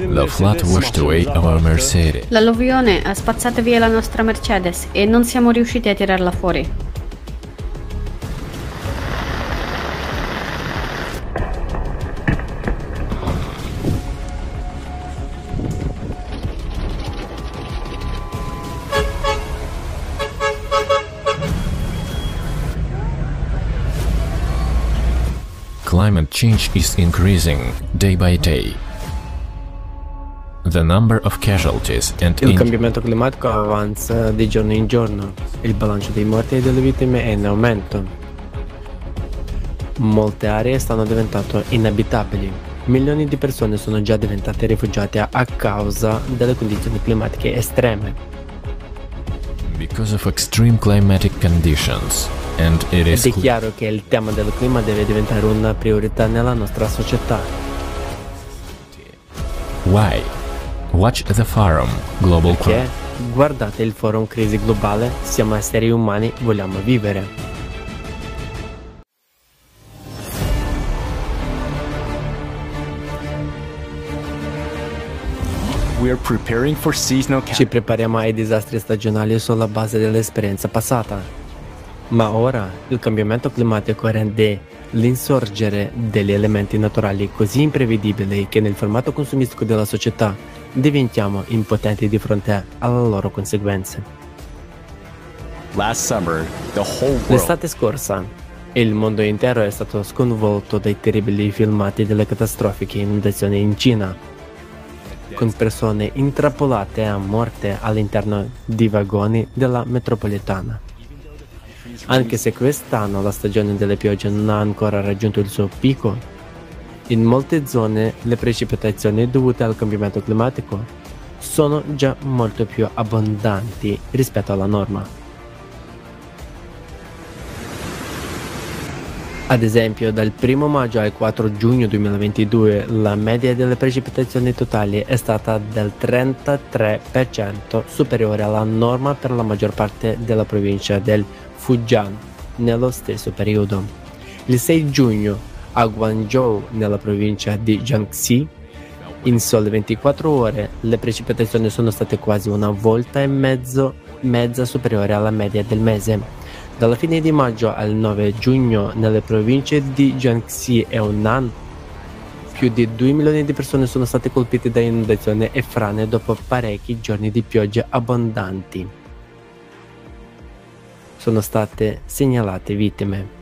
The flood washed away our Mercedes. L'alluvione ha spazzato via la nostra Mercedes e non siamo riusciti a tirarla fuori. Climate change is increasing day by day. The number of casualties and Il cambiamento climatico avanza di giorno in giorno. Il bilancio dei morti e delle vittime è in aumento. Molte aree stanno diventando inabitabili. Milioni di persone sono già diventate rifugiate a causa delle condizioni climatiche estreme. because of extreme climatic conditions. And it is È chiaro che il tema del clima deve diventare una priorità nella nostra società. Why? Watch the forum, Global Perché guardate il forum Crisi Globale, siamo esseri umani, vogliamo vivere. Ci prepariamo ai disastri stagionali sulla base dell'esperienza passata. Ma ora il cambiamento climatico rende l'insorgere degli elementi naturali così imprevedibili che nel formato consumistico della società diventiamo impotenti di fronte alle loro conseguenze. L'estate scorsa, il mondo intero è stato sconvolto dai terribili filmati delle catastrofiche inondazioni in Cina, con persone intrappolate a morte all'interno di vagoni della metropolitana. Anche se quest'anno la stagione delle piogge non ha ancora raggiunto il suo picco, in molte zone le precipitazioni dovute al cambiamento climatico sono già molto più abbondanti rispetto alla norma. Ad esempio, dal 1 maggio al 4 giugno 2022 la media delle precipitazioni totali è stata del 33% superiore alla norma per la maggior parte della provincia del Fujian nello stesso periodo. Il 6 giugno a Guangzhou, nella provincia di Jiangxi, in sole 24 ore le precipitazioni sono state quasi una volta e mezza superiore alla media del mese. Dalla fine di maggio al 9 giugno nelle province di Jiangxi e Hunan più di 2 milioni di persone sono state colpite da inondazioni e frane dopo parecchi giorni di piogge abbondanti. Sono state segnalate vittime.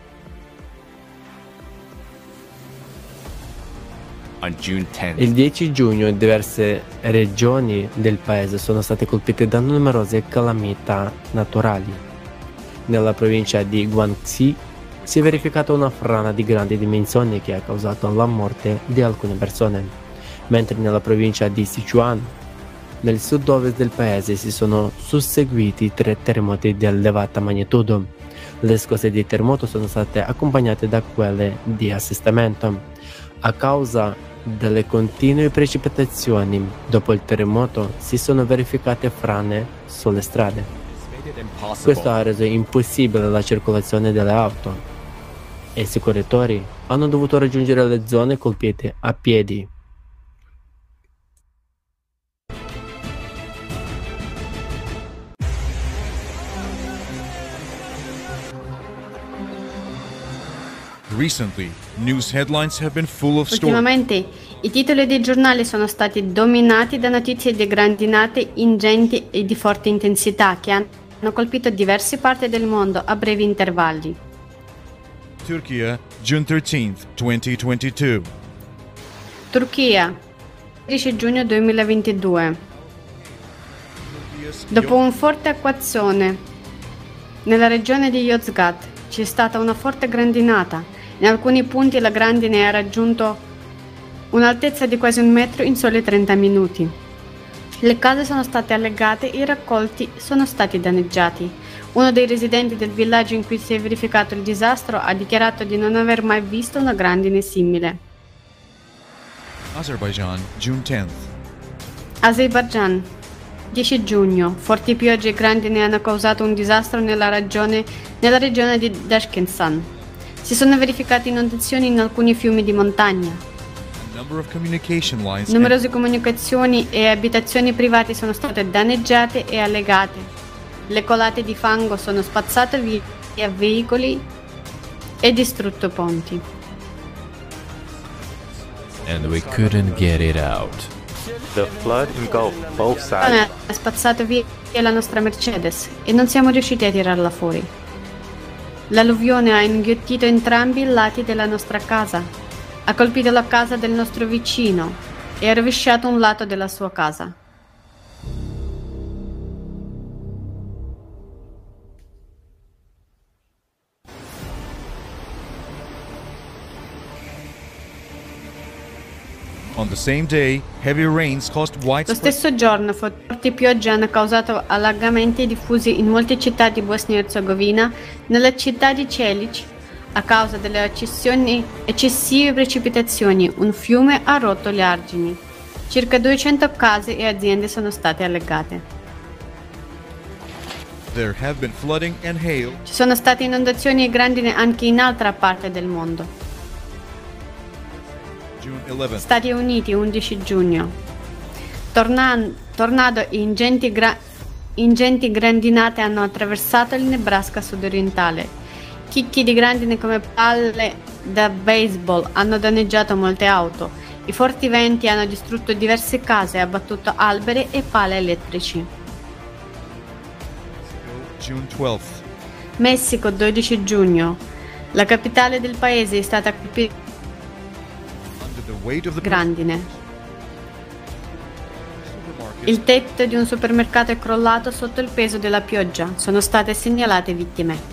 Il 10 giugno diverse regioni del paese sono state colpite da numerose calamità naturali. Nella provincia di Guangxi si è verificata una frana di grandi dimensioni che ha causato la morte di alcune persone, mentre nella provincia di Sichuan, nel sud-ovest del paese, si sono susseguiti 3 terremoti di elevata magnitudo. Le scosse di terremoto sono state accompagnate da quelle di assestamento. A causa delle continue precipitazioni dopo il terremoto si sono verificate frane sulle strade. Questo ha reso impossibile la circolazione delle auto e i soccorritori hanno dovuto raggiungere le zone colpite a piedi. Ultimamente i titoli dei giornali sono stati dominati da notizie di grandinate ingenti e di forte intensità che hanno colpito diverse parti del mondo a brevi intervalli. Turchia, June 13th, 2022. Turchia, 13 giugno 2022. Dopo un forte acquazzone nella regione di Yozgat c'è stata una forte grandinata. In alcuni punti la grandine ha raggiunto un'altezza di quasi 1 metro in soli 30 minuti. Le case sono state allagate e i raccolti sono stati danneggiati. Uno dei residenti del villaggio in cui si è verificato il disastro ha dichiarato di non aver mai visto una grandine simile. Azerbaijan, June 10th. Azerbaijan, 10 giugno. Forti piogge e grandine hanno causato un disastro nella regione di Dashkentsan. Si sono verificate inondazioni in alcuni fiumi di montagna. Numerose comunicazioni e abitazioni private sono state danneggiate e allegate. Le colate di fango sono spazzate via veicoli e distrutto ponti. And we couldn't get it out. The flood engulfed both sides. Ha spazzato via la nostra Mercedes e non siamo riusciti a tirarla fuori. L'alluvione ha inghiottito entrambi i lati della nostra casa, ha colpito la casa del nostro vicino e ha rovesciato un lato della sua casa. On the same day, heavy rains caused Lo widespread stesso giorno, forti piogge hanno causato allagamenti diffusi in molte città di Bosnia e Erzegovina, nella città di Celic, a causa delle eccessive precipitazioni. Un fiume ha rotto gli argini. Circa 200 case e aziende sono state allegate. There have been flooding and hail. Ci sono state inondazioni e grandine anche in altra parte del mondo. June 11th. Stati Uniti, 11 giugno. Tornado e ingenti grandinate hanno attraversato il Nebraska sudorientale. Chicchi di grandine come palle da baseball hanno danneggiato molte auto. I forti venti hanno distrutto diverse case e abbattuto alberi e pale elettrici. June 12th. Messico, 12 giugno. La capitale del paese è stata colpita Under the weight of the grandine. supermarket, Il tetto di un supermercato è crollato sotto il peso della pioggia. Sono state segnalate vittime.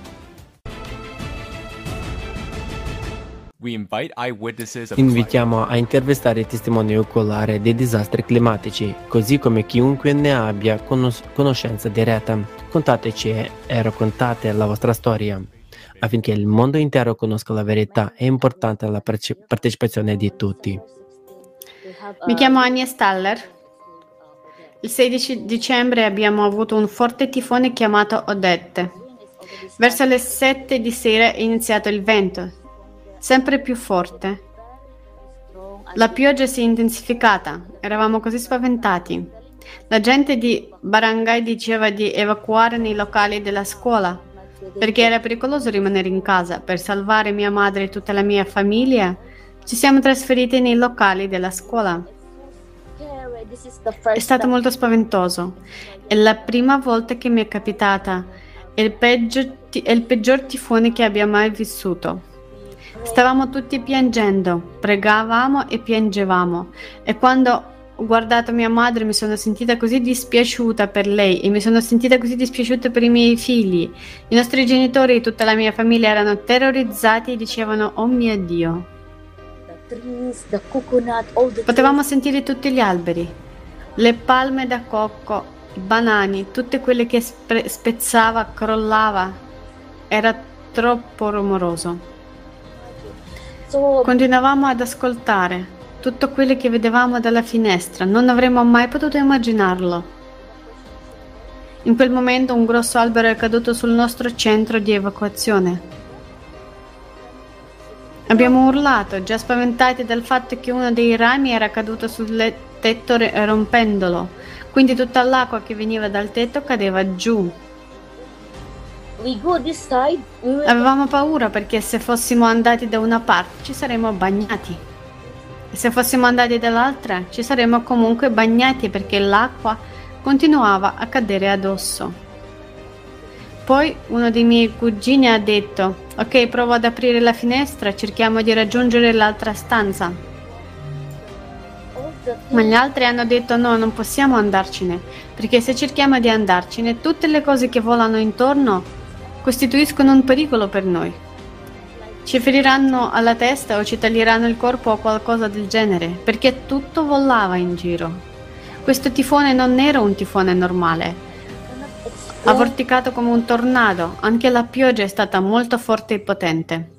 Invitiamo a intervistare i testimoni oculari dei disastri climatici, così come chiunque ne abbia conoscenza diretta. Contateci e raccontate la vostra storia, affinché il mondo intero conosca la verità. È importante la partecipazione di tutti. Mi chiamo Anya Staller. Il 16 dicembre abbiamo avuto un forte tifone chiamato Odette. Verso le 7 di sera è iniziato il vento, sempre più forte. La pioggia si è intensificata, eravamo così spaventati. La gente di Barangay diceva di evacuare nei locali della scuola, perché era pericoloso rimanere in casa. Per salvare mia madre e tutta la mia famiglia, ci siamo trasferiti nei locali della scuola. È stato molto spaventoso. È la prima volta che mi è capitata. È il peggior tifone che abbia mai vissuto. Stavamo tutti piangendo, pregavamo e piangevamo. E quando ho guardato mia madre mi sono sentita così dispiaciuta per lei e mi sono sentita così dispiaciuta per i miei figli. I nostri genitori e tutta la mia famiglia erano terrorizzati e dicevano: "Oh mio Dio". Potevamo sentire tutti gli alberi, le palme da cocco, i banani, tutte quelle che spezzava, crollava. Era troppo rumoroso. Continuavamo ad ascoltare tutto quello che vedevamo dalla finestra. Non avremmo mai potuto immaginarlo. In quel momento un grosso albero è caduto sul nostro centro di evacuazione. Abbiamo urlato, già spaventati dal fatto che uno dei rami era caduto sul tetto rompendolo, quindi tutta l'acqua che veniva dal tetto cadeva giù. Avevamo paura perché se fossimo andati da una parte ci saremmo bagnati e se fossimo andati dall'altra ci saremmo comunque bagnati perché l'acqua continuava a cadere addosso. Poi uno dei miei cugini ha detto: "Ok, provo ad aprire la finestra, cerchiamo di raggiungere l'altra stanza". Ma gli altri hanno detto: "No, non possiamo andarcene, perché se cerchiamo di andarcene, tutte le cose che volano intorno costituiscono un pericolo per noi. Ci feriranno alla testa o ci taglieranno il corpo o qualcosa del genere, perché tutto volava in giro". Questo tifone non era un tifone normale. Ha vorticato come un tornado, anche la pioggia è stata molto forte e potente.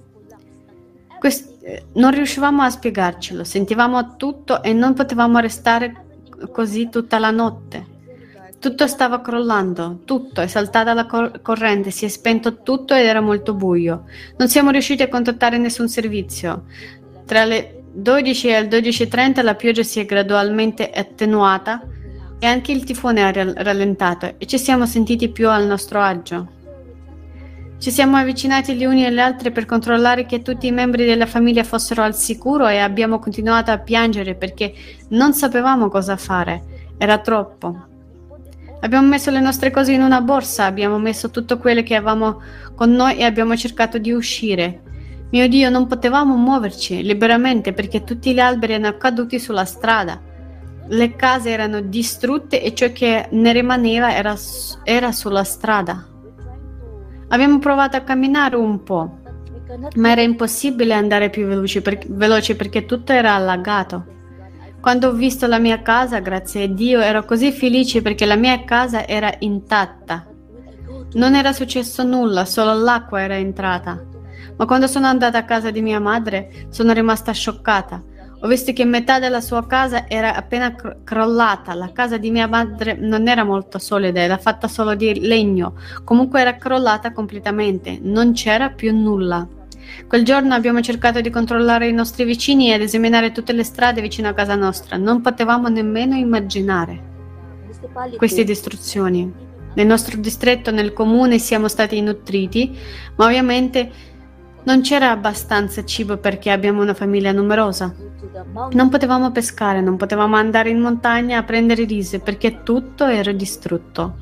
Non riuscivamo a spiegarcelo, sentivamo tutto e non potevamo restare così tutta la notte. Tutto stava crollando, tutto, è saltata la corrente, si è spento tutto ed era molto buio. Non siamo riusciti a contattare nessun servizio. Tra le 12 e alle 12:30 la pioggia si è gradualmente attenuata e anche il tifone ha rallentato e ci siamo sentiti più al nostro agio. Ci siamo avvicinati gli uni agli altri per controllare che tutti i membri della famiglia fossero al sicuro e abbiamo continuato a piangere perché non sapevamo cosa fare. Era troppo. Abbiamo messo le nostre cose in una borsa, abbiamo messo tutto quello che avevamo con noi e abbiamo cercato di uscire. Mio Dio, non potevamo muoverci liberamente perché tutti gli alberi erano caduti sulla strada. Le case erano distrutte e ciò che ne rimaneva era sulla strada. Abbiamo provato a camminare un po', ma era impossibile andare più veloci perché tutto era allagato. Quando ho visto la mia casa, grazie a Dio, ero così felice perché la mia casa era intatta. Non era successo nulla, solo l'acqua era entrata. Ma quando sono andata a casa di mia madre, sono rimasta scioccata. Ho visto che metà della sua casa era appena crollata. La casa di mia madre non era molto solida, era fatta solo di legno. Comunque era crollata completamente, non c'era più nulla. Quel giorno abbiamo cercato di controllare i nostri vicini ed esaminare tutte le strade vicino a casa nostra. Non potevamo nemmeno immaginare queste distruzioni. Nel nostro distretto, nel comune, siamo stati nutriti, ma ovviamente non c'era abbastanza cibo perché abbiamo una famiglia numerosa. Non potevamo pescare, non potevamo andare in montagna a prendere riso perché tutto era distrutto.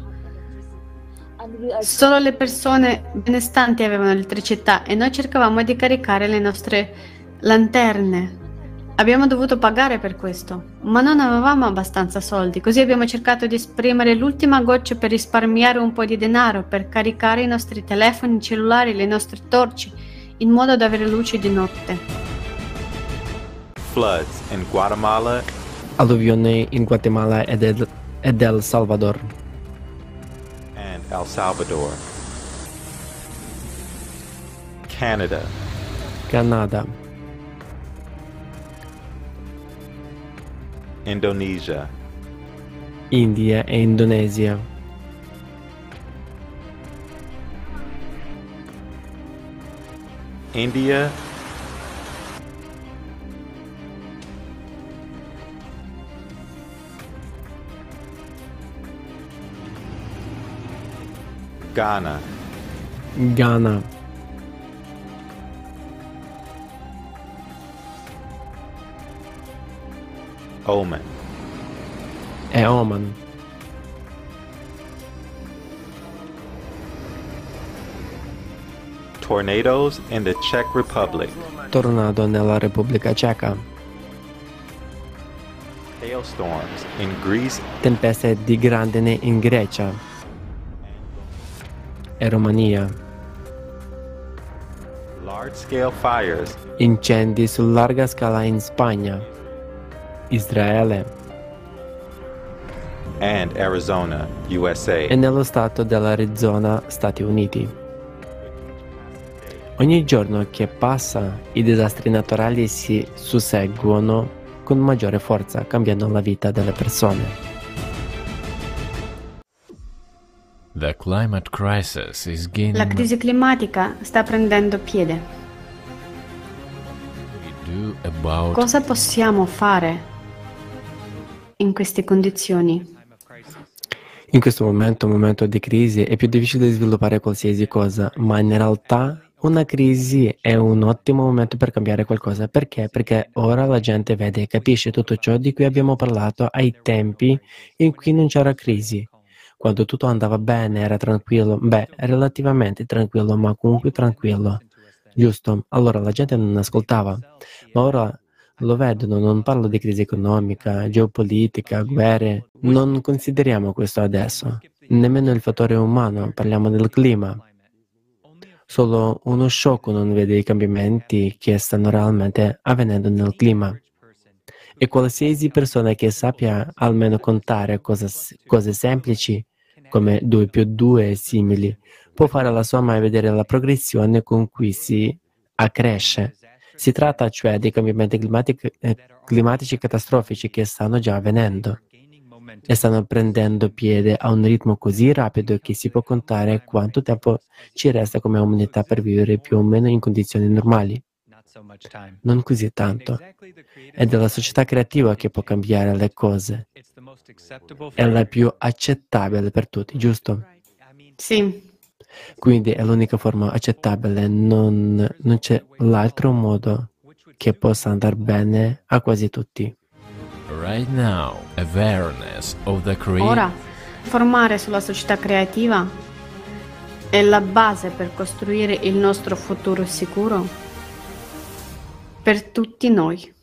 Solo le persone benestanti avevano elettricità e noi cercavamo di caricare le nostre lanterne. Abbiamo dovuto pagare per questo, ma non avevamo abbastanza soldi, così abbiamo cercato di esprimere l'ultima goccia per risparmiare un po' di denaro per caricare i nostri telefoni cellulari, le nostre torce, in modo da avere luce di notte. Floods in Guatemala. Alluvioni in Guatemala ed El Salvador. And El Salvador. Canada. Canada. Indonesia. India e Indonesia. India. Ghana. Ghana. Oman. E Oman. Tornadoes in the Czech Republic. Tornado nella Repubblica Ceca. Hailstorms in Greece. Tempeste di grandine in Grecia e Romania. Large-scale fires. Incendi su larga scala in Spagna, Israele And Arizona, USA. e nello stato dell'Arizona, Stati Uniti. Ogni giorno che passa, i disastri naturali si susseguono con maggiore forza, cambiando la vita delle persone. The climate crisis is gaining La crisi climatica sta prendendo piede. we do about Cosa possiamo fare in queste condizioni? In questo momento, un momento di crisi, è più difficile sviluppare qualsiasi cosa, ma in realtà una crisi è un ottimo momento per cambiare qualcosa. Perché? Perché ora la gente vede e capisce tutto ciò di cui abbiamo parlato ai tempi in cui non c'era crisi. Quando tutto andava bene, era tranquillo, relativamente tranquillo, ma comunque tranquillo. Giusto? Allora la gente non ascoltava, ma ora lo vedono, non parlo di crisi economica, geopolitica, guerre, non consideriamo questo adesso, nemmeno il fattore umano, parliamo del clima. Solo uno sciocco non vede i cambiamenti che stanno realmente avvenendo nel clima. E qualsiasi persona che sappia almeno contare cose semplici, come 2 più 2 e simili, può fare la somma e vedere la progressione con cui si accresce. Si tratta cioè di cambiamenti climatici catastrofici che stanno già avvenendo e stanno prendendo piede a un ritmo così rapido che si può contare quanto tempo ci resta come umanità per vivere più o meno in condizioni normali. Non così tanto. È della società creativa che può cambiare le cose. È la più accettabile per tutti, giusto? Sì, Quindi è l'unica forma accettabile, non c'è l'altro modo che possa andare bene a quasi tutti. Right now, awareness of the ora formare sulla società creativa è la base per costruire il nostro futuro sicuro per tutti noi.